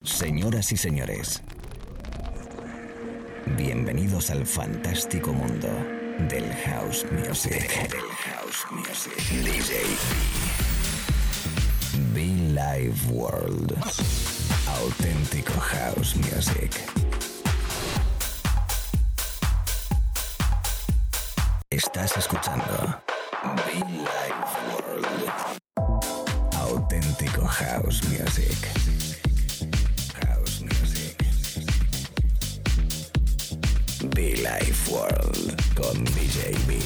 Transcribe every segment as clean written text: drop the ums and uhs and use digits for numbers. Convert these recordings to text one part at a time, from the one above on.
Señoras y señores, bienvenidos al fantástico mundo del house music. DJ Be Live World. Auténtico house music. Estás escuchando Be Live World. Auténtico house music. Be Live World con DJ B.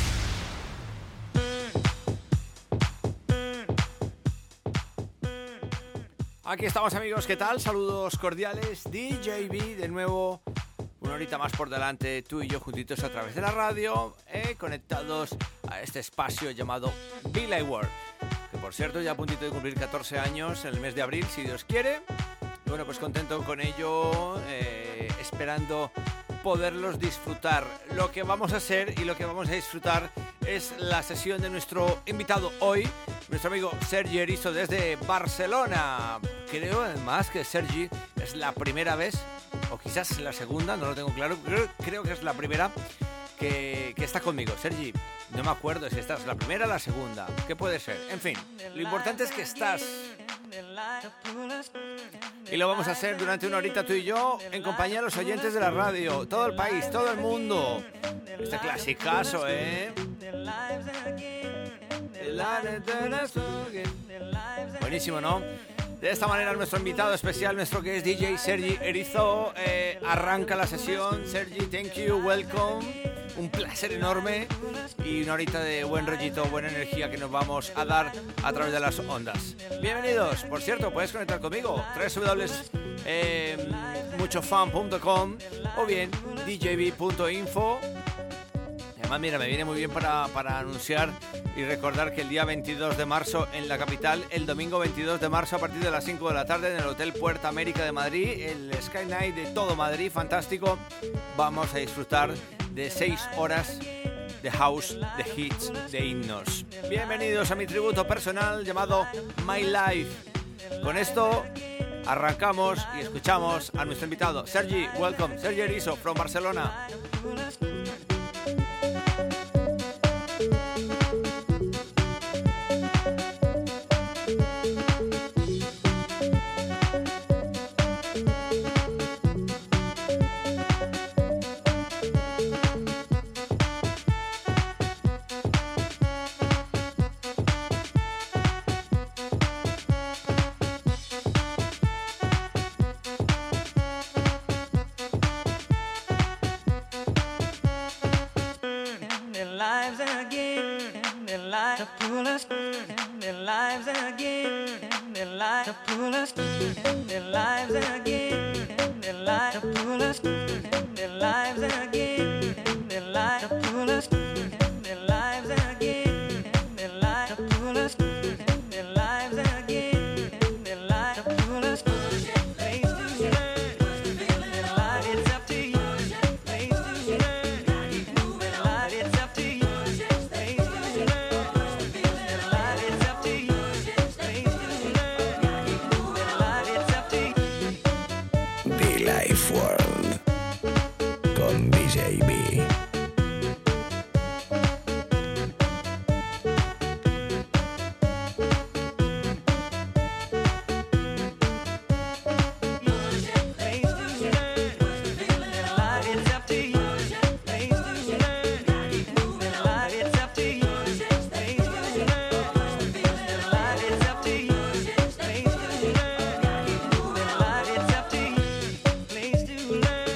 Aquí estamos, amigos, ¿qué tal? Saludos cordiales, DJ B de nuevo. Una horita más por delante, tú y yo juntitos a través de la radio, conectados a este espacio llamado Be Live World, que por cierto ya a puntito de cumplir 14 años en el mes de abril, si Dios quiere. Y bueno, pues contento con ello, esperando poderlos disfrutar. Lo que vamos a hacer y lo que vamos a disfrutar es la sesión de nuestro invitado hoy, nuestro amigo Sergi Erizo desde Barcelona. Creo además que Sergi es la primera vez, o quizás la segunda, no lo tengo claro, creo que es la primera que está conmigo. Sergi, no me acuerdo si esta es la primera o la segunda, ¿qué puede ser? En fin, lo importante es que estás. Y lo vamos a hacer durante una horita tú y yo, en compañía de los oyentes de la radio, todo el país, todo el mundo. Este clasicazo, buenísimo, ¿no? De esta manera nuestro invitado especial, nuestro que es DJ Sergi Erizo, arranca la sesión. Sergi, thank you, welcome. Un placer enorme y una horita de buen rollito, buena energía que nos vamos a dar a través de las ondas. Bienvenidos, por cierto, puedes conectar conmigo, www.muchofan.com o bien djb.info. Además, mira, me viene muy bien para anunciar y recordar que el día 22 de marzo en la capital, el domingo 22 de marzo a partir de las 5 de la tarde en el Hotel Puerta América de Madrid, el Sky Night de todo Madrid, fantástico. Vamos a disfrutar de 6 horas de house, de hits, de himnos. Bienvenidos a mi tributo personal llamado My Life. Con esto arrancamos y escuchamos a nuestro invitado, Sergi. Welcome, Sergi Erizo from Barcelona. Place to learn.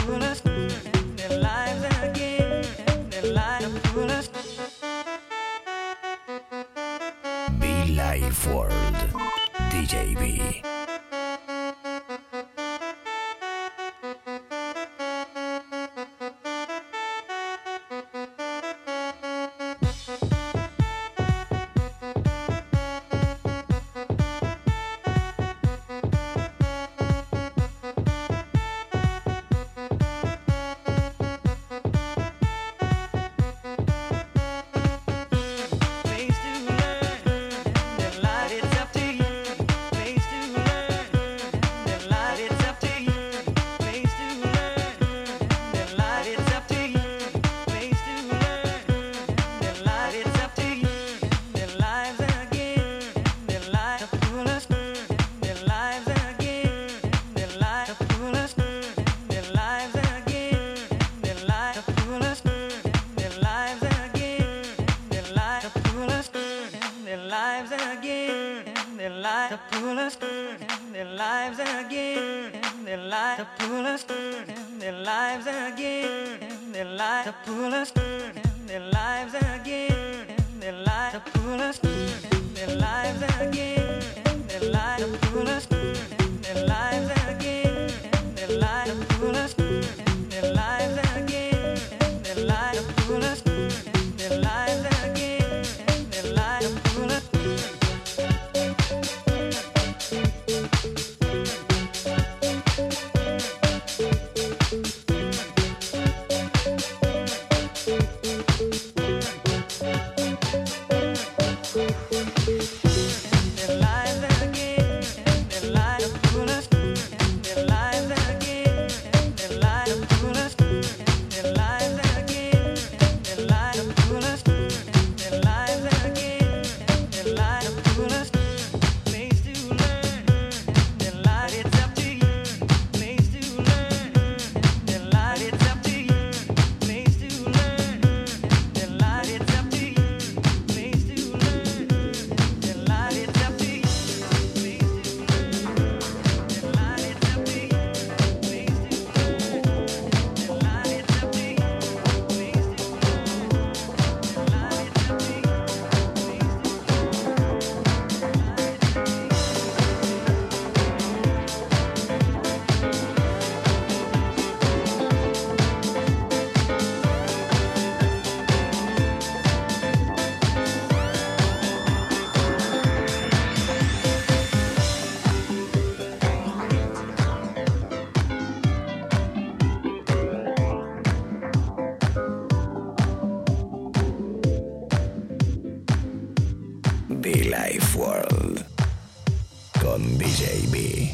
Life World, DJB. Life World con DJB.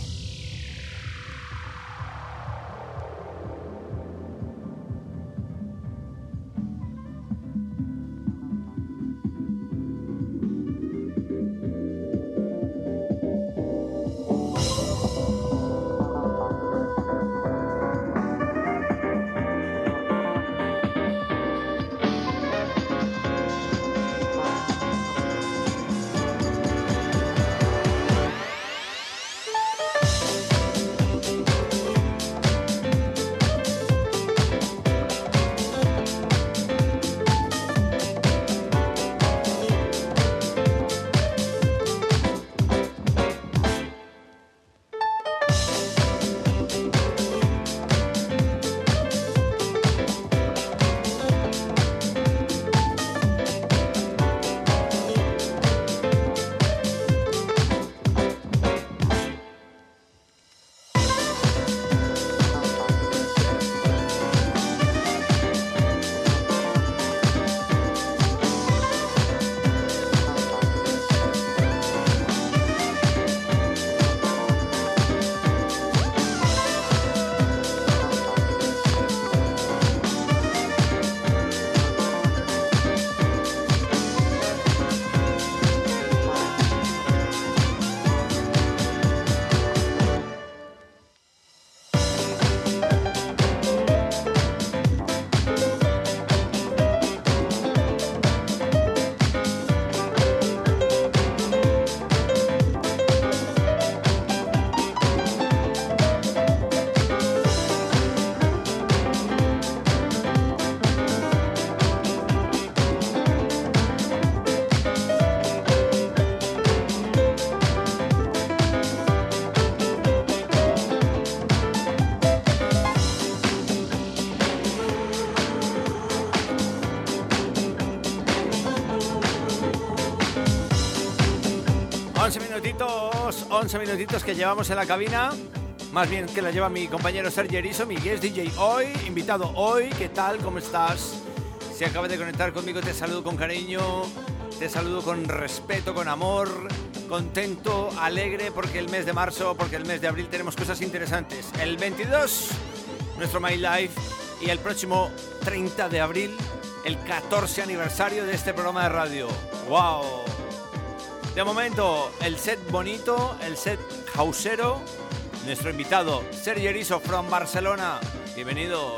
11 minutitos que llevamos en la cabina. Más bien que la lleva mi compañero Sergi Eriso, mi guest DJ hoy, invitado hoy. ¿Qué tal? ¿Cómo estás? Si acabas de conectar conmigo, te saludo con cariño, te saludo con respeto, con amor, contento, alegre, porque el mes de marzo, porque el mes de abril tenemos cosas interesantes. El 22, nuestro My Life, y el próximo 30 de abril, el 14 aniversario de este programa de radio. ¡Wow! De momento, el set bonito, el set houseero. Nuestro invitado, Sergi Eriso, from Barcelona. Bienvenido.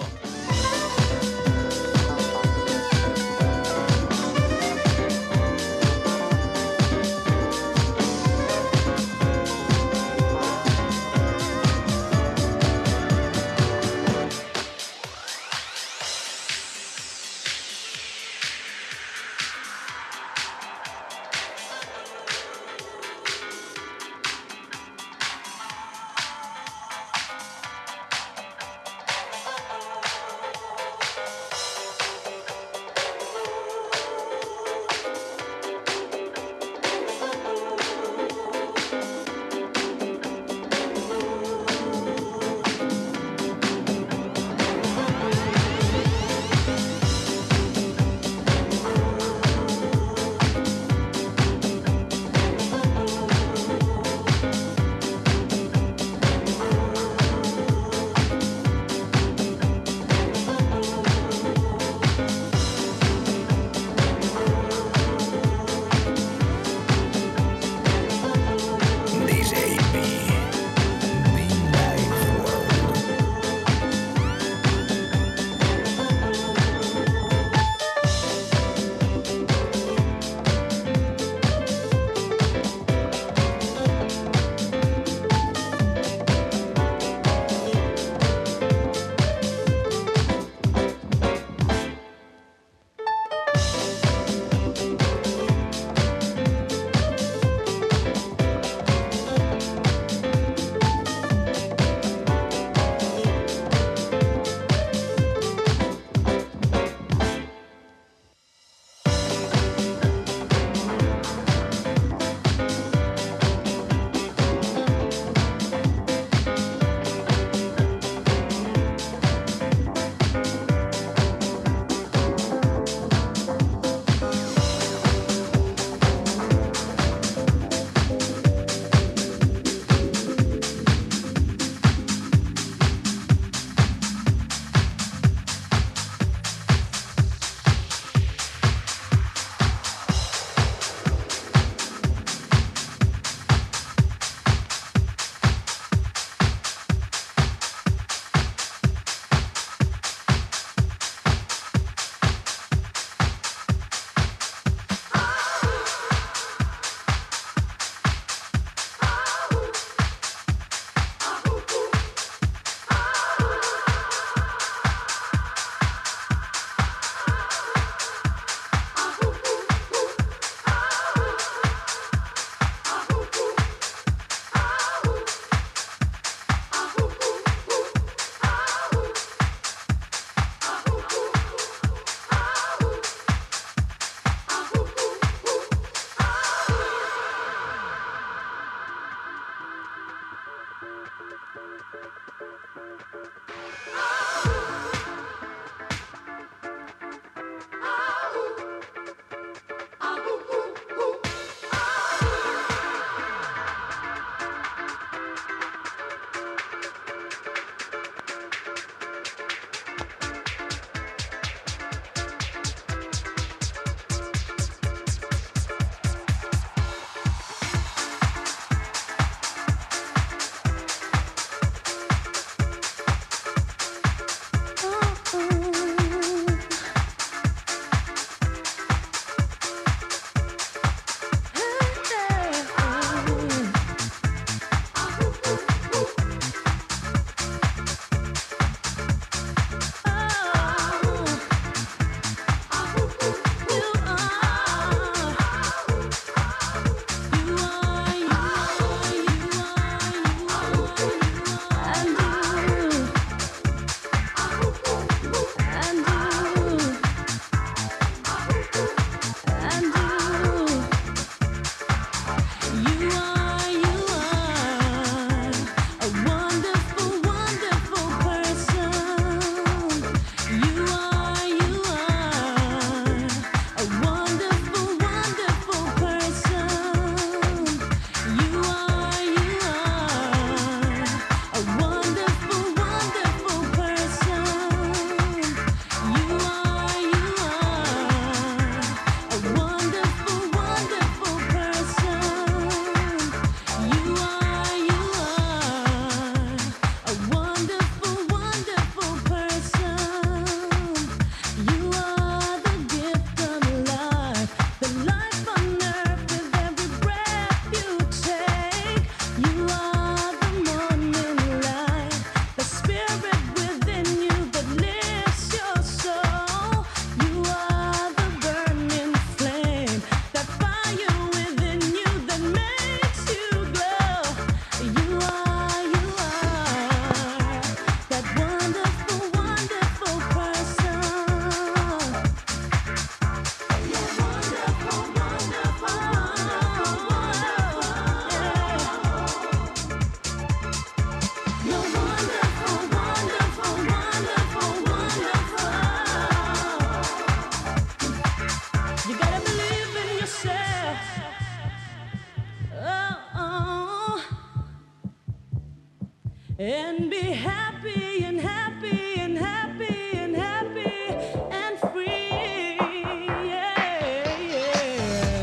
and be happy and happy and happy and happy and free. Yeah, yeah.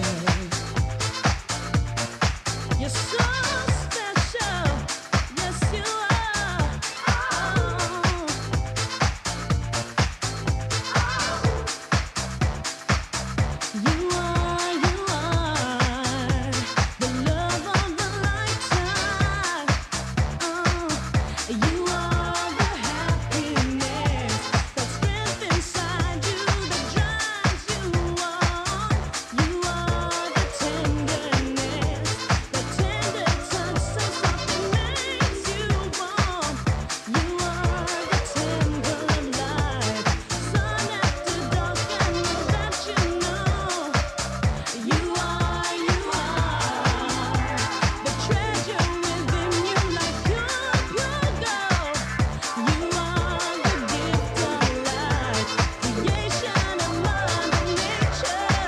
You're so special, yes you are. You are the love of a lifetime. You are the happiness that springs inside you, that drives you on. You are the tenderness, the tender touch, so soft it makes you warm. You are the temple of life, sun after dusk, and that you know. You are the treasure within you, like pure gold. You are the gift of life, creation of Mother Nature.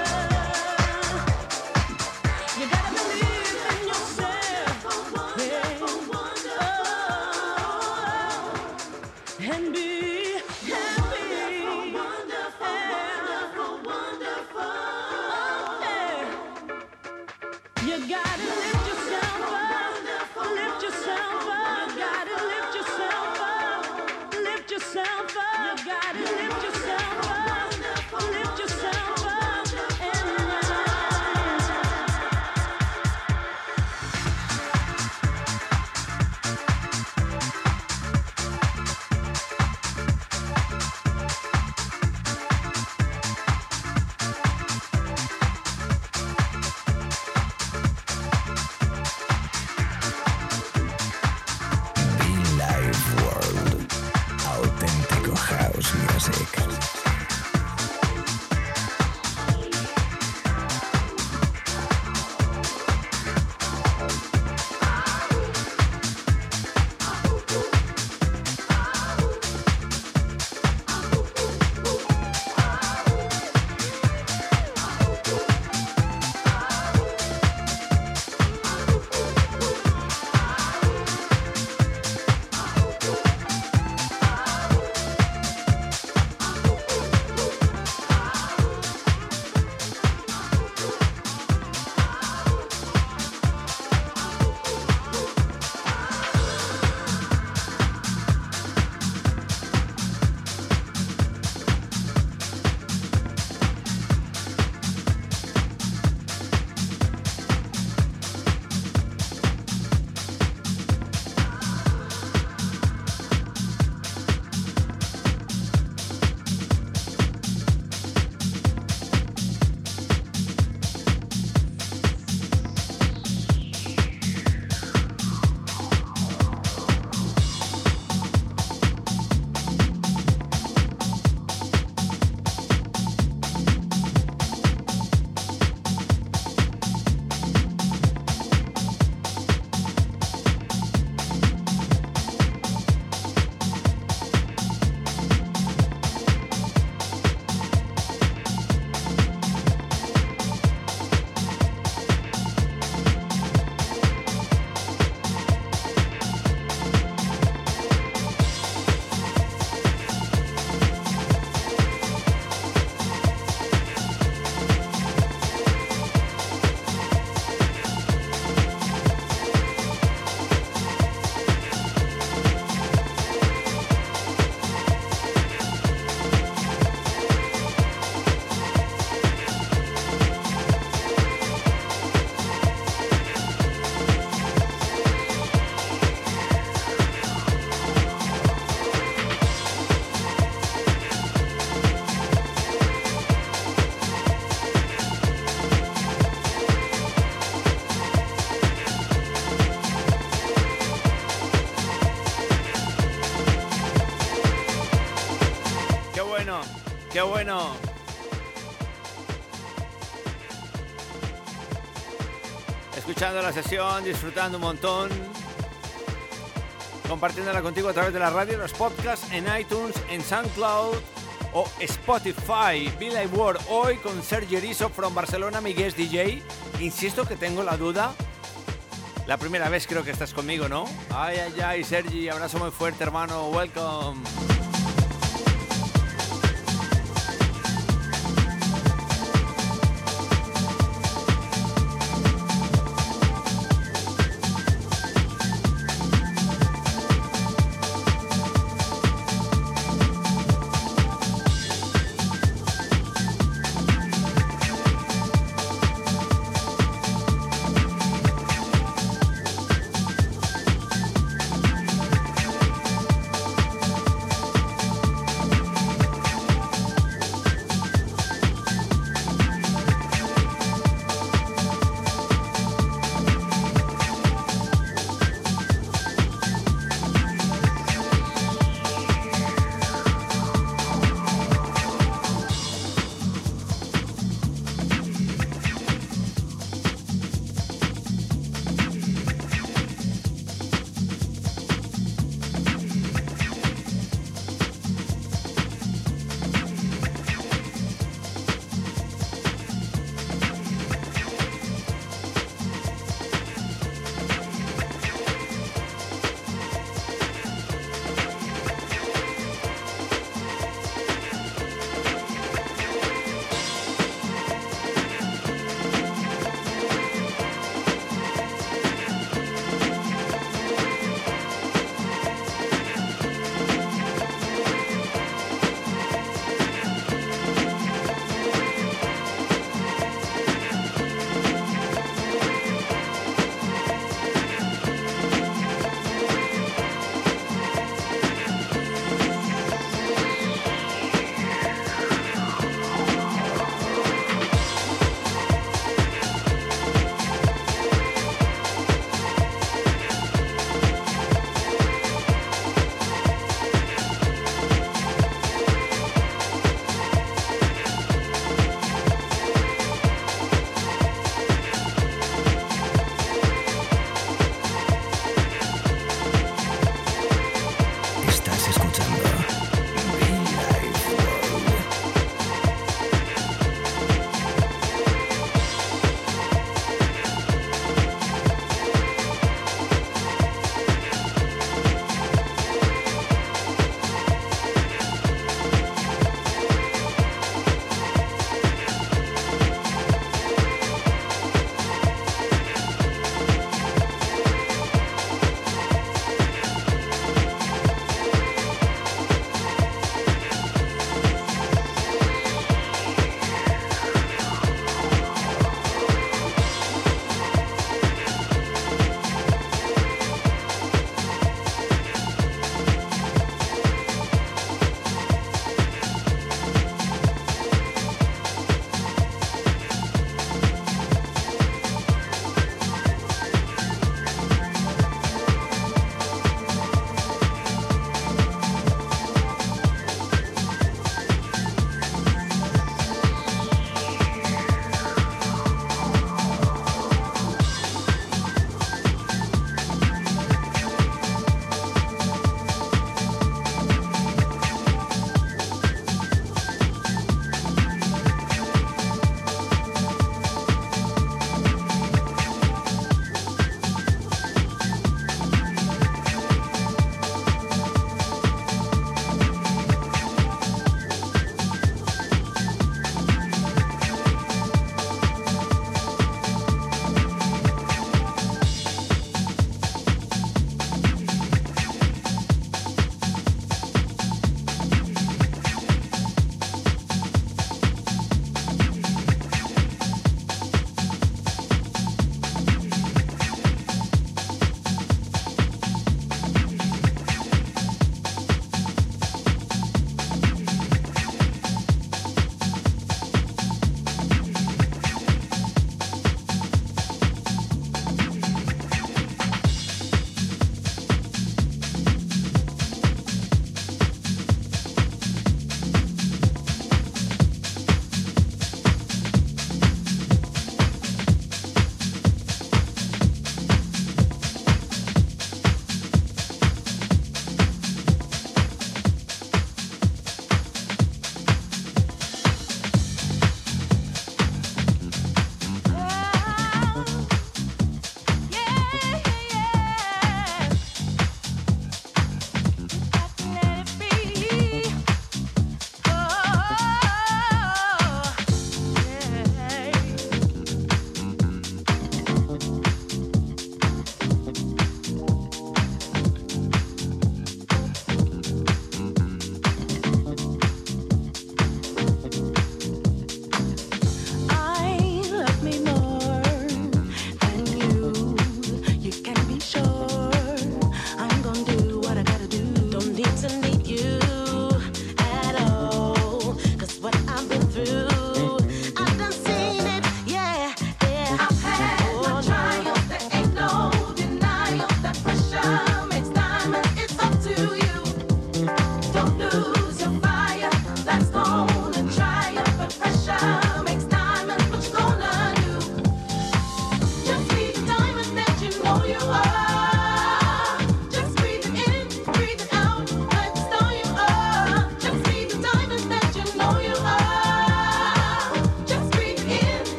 You gotta believe in yourself, and be happy. You gotta lift yourself up, gotta lift yourself up, lift yourself up, you gotta lift yourself up, lift yourself up, and Be Live World. Auténtico house music. ¡Qué bueno! Escuchando la sesión, disfrutando un montón, compartiéndola contigo a través de la radio, los podcasts en iTunes, en SoundCloud o Spotify. Be Live World hoy con Sergi Erizo from Barcelona, mi guest DJ. Insisto que tengo la duda La primera vez creo que estás conmigo, ¿no? Ay, ay, ay, Sergi, abrazo muy fuerte, hermano. Welcome.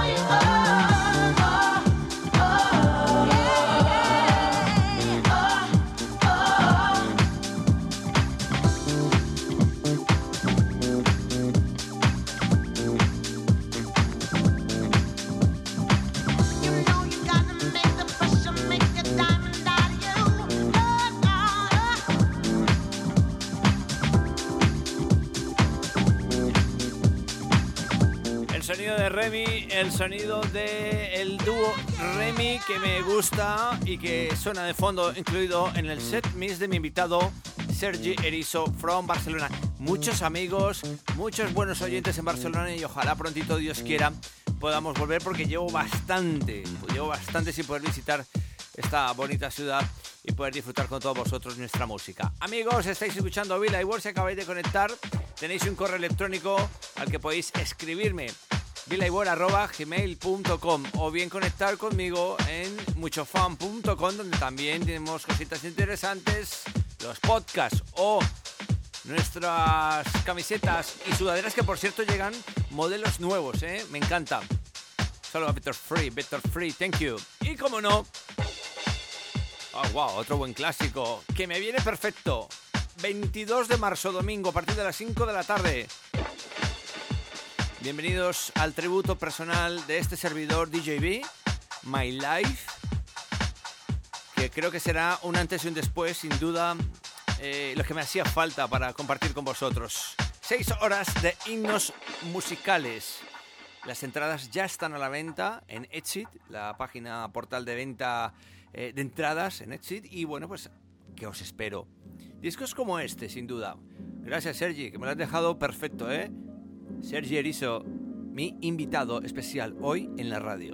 El sonido del dúo Remy, que me gusta y que suena de fondo, incluido en el set mix de mi invitado Sergi Erizo from Barcelona. Muchos amigos, muchos buenos oyentes en Barcelona, y ojalá prontito, Dios quiera, podamos volver, porque llevo bastante sin poder visitar esta bonita ciudad y poder disfrutar con todos vosotros nuestra música. Amigos, estáis escuchando Vila y World. Si acabáis de conectar, tenéis un correo electrónico al que podéis escribirme: vilaibor@gmail.com, o bien conectar conmigo en muchofan.com, donde también tenemos cositas interesantes, los podcasts o nuestras camisetas y sudaderas, que por cierto llegan modelos nuevos, me encanta. Solo a Better Free, thank you. Y como no, oh wow, otro buen clásico que me viene perfecto. 22 de marzo, domingo, a partir de las 5 de la tarde. Bienvenidos al tributo personal de este servidor DJB, My Life, que creo que será un antes y un después, sin duda, lo que me hacía falta para compartir con vosotros. 6 horas de himnos musicales. Las entradas ya están a la venta en Exit, la página portal de venta de entradas en Exit, y bueno, pues que os espero. Discos como este, sin duda. Gracias, Sergi, que me lo has dejado perfecto, Sergi Erizo, mi invitado especial hoy en la radio.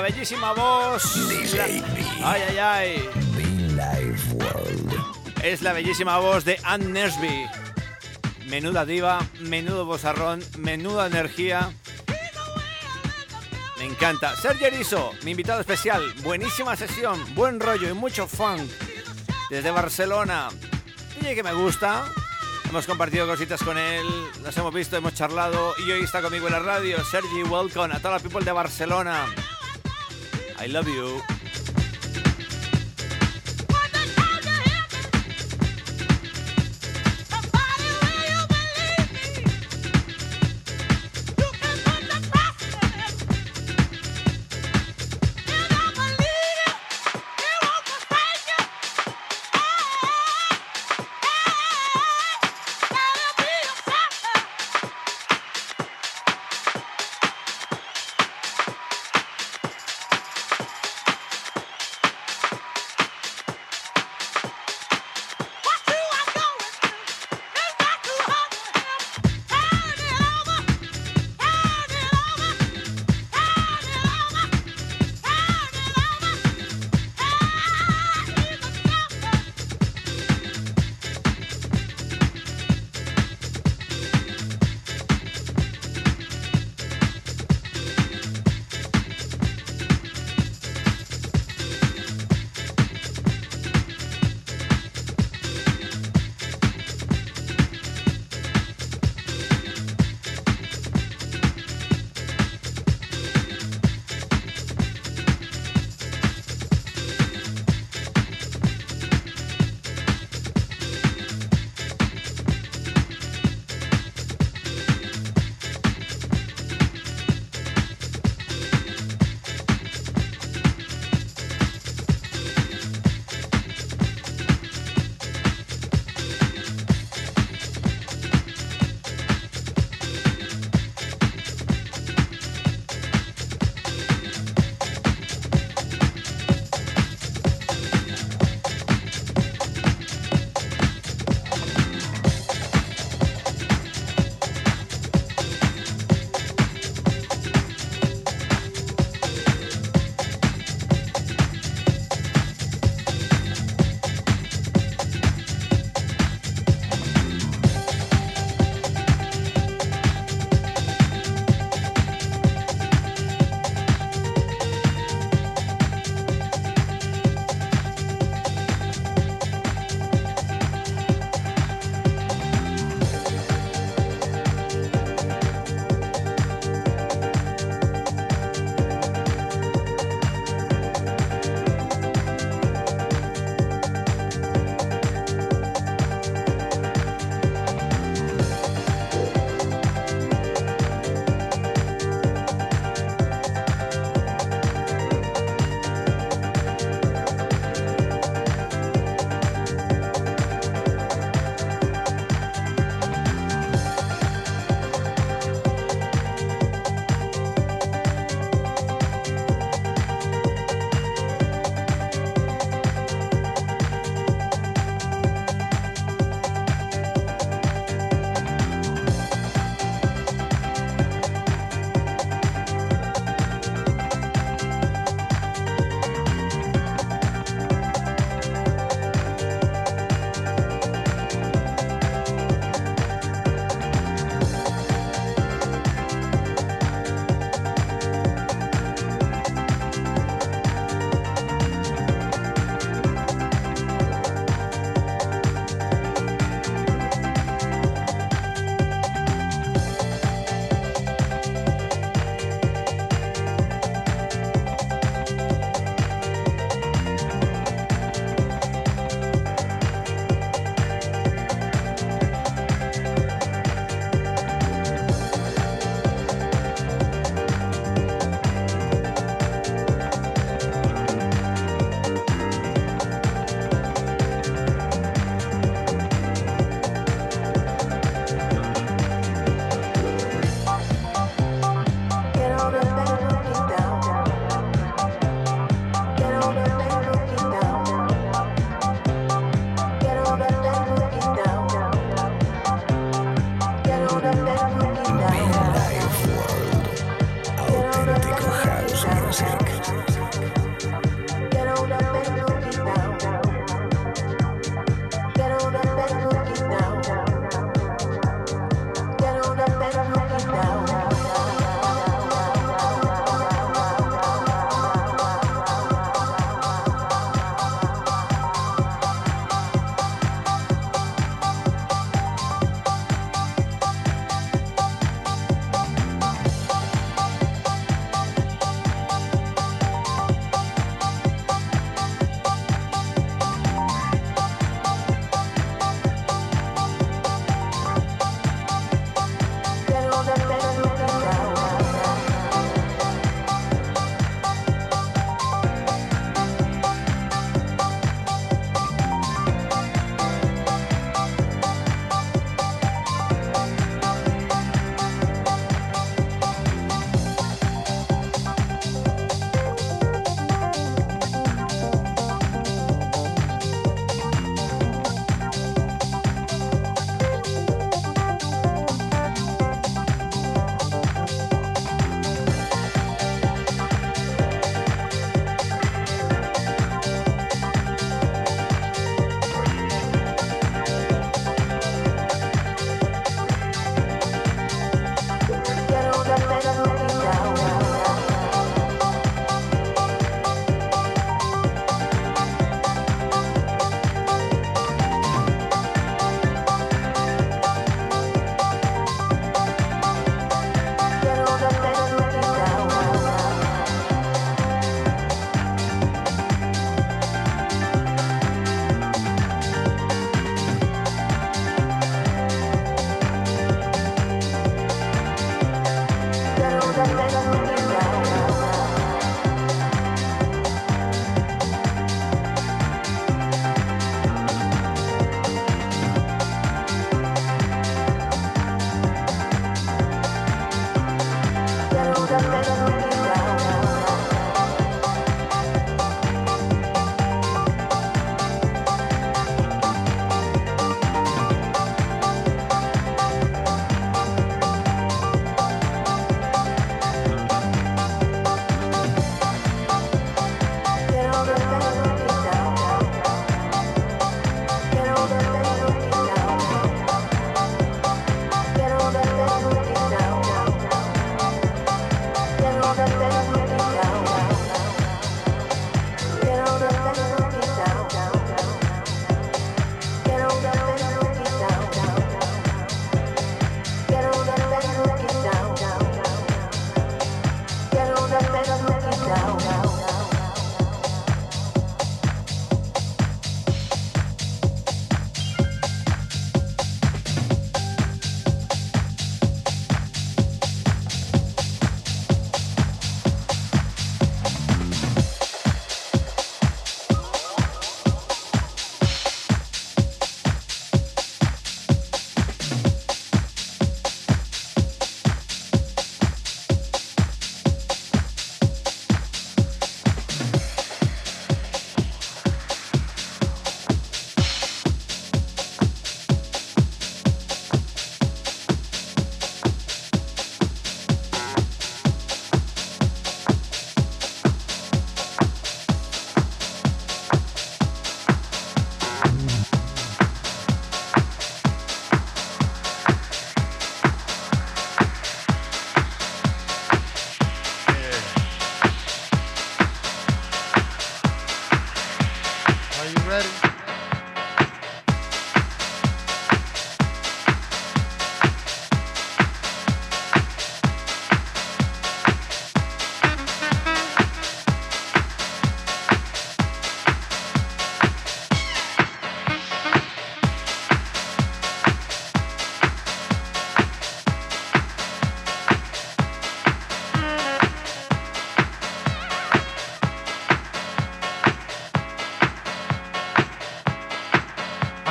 bellísima voz. DJ B. Ay, ay, ay. Be Live World. Es la bellísima voz de Anne Nesby. Menuda diva, menudo vozarrón, menuda energía. Me encanta. Sergio Erizo, mi invitado especial. Buenísima sesión, buen rollo y mucho funk. Desde Barcelona. DJ que me gusta. Hemos compartido cositas con él, nos hemos visto, hemos charlado y hoy está conmigo en la radio. Sergi, welcome a toda la people de Barcelona. I love you.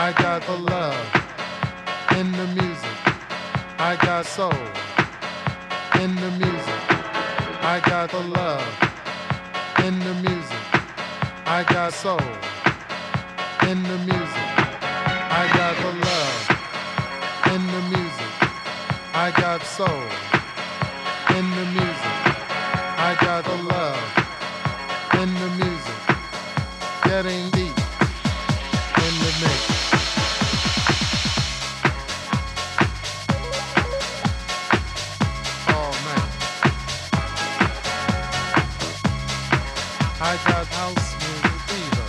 I got the love in the music. I got soul in the music. I got the love in the music. I got soul in the music. I got the love in the music. I got soul in the music. I got the love in the music. Getting deep in the mix. Oh man. I got house music fever.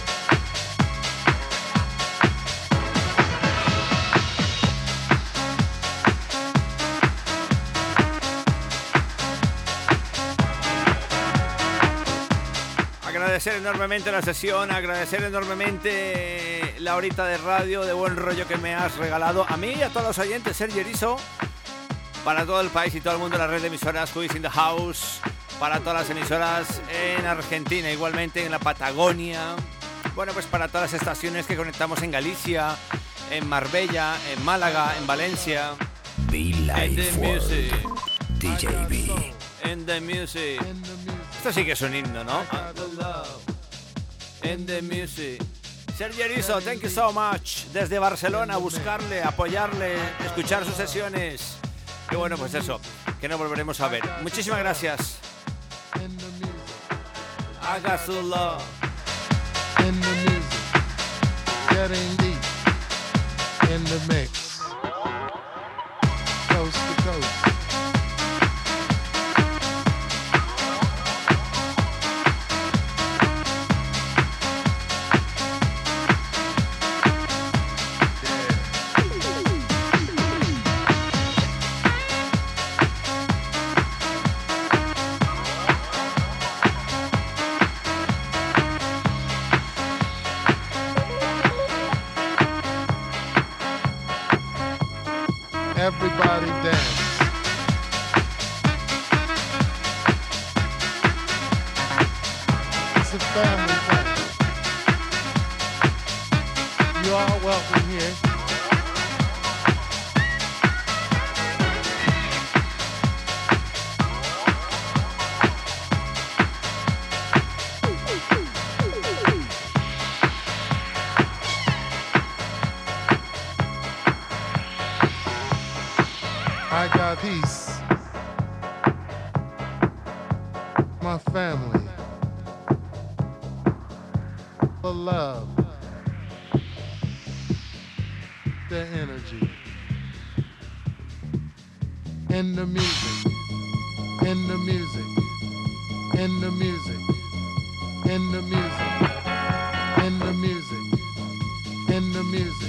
Agradecer enormemente la sesión, agradecer enormemente la horita de radio de buen rollo que me has regalado a mí y a todos los oyentes, Sergio Erizo, para todo el país y todo el mundo, la red de emisoras Who is in the House, para todas las emisoras en Argentina, igualmente en la Patagonia, bueno, pues para todas las estaciones que conectamos en Galicia, en Marbella, en Málaga, en Valencia. Be Life the music. World. DJ B. In the music. In the music. Esto sí que es un himno, ¿no? I got the love In the music. Sergio Erizo, thank you so much. Desde Barcelona, buscarle, apoyarle, escuchar sus sesiones. Y bueno, pues eso, que nos volveremos a ver. Muchísimas gracias. in the music. Haga su love. In the music. Getting deep in the mix. Coast to coast. Everybody dance. It's a family thing. You are welcome here. I got peace. My family. The love. The energy. In the music. In the music. In the music. In the music. In the music. In the music.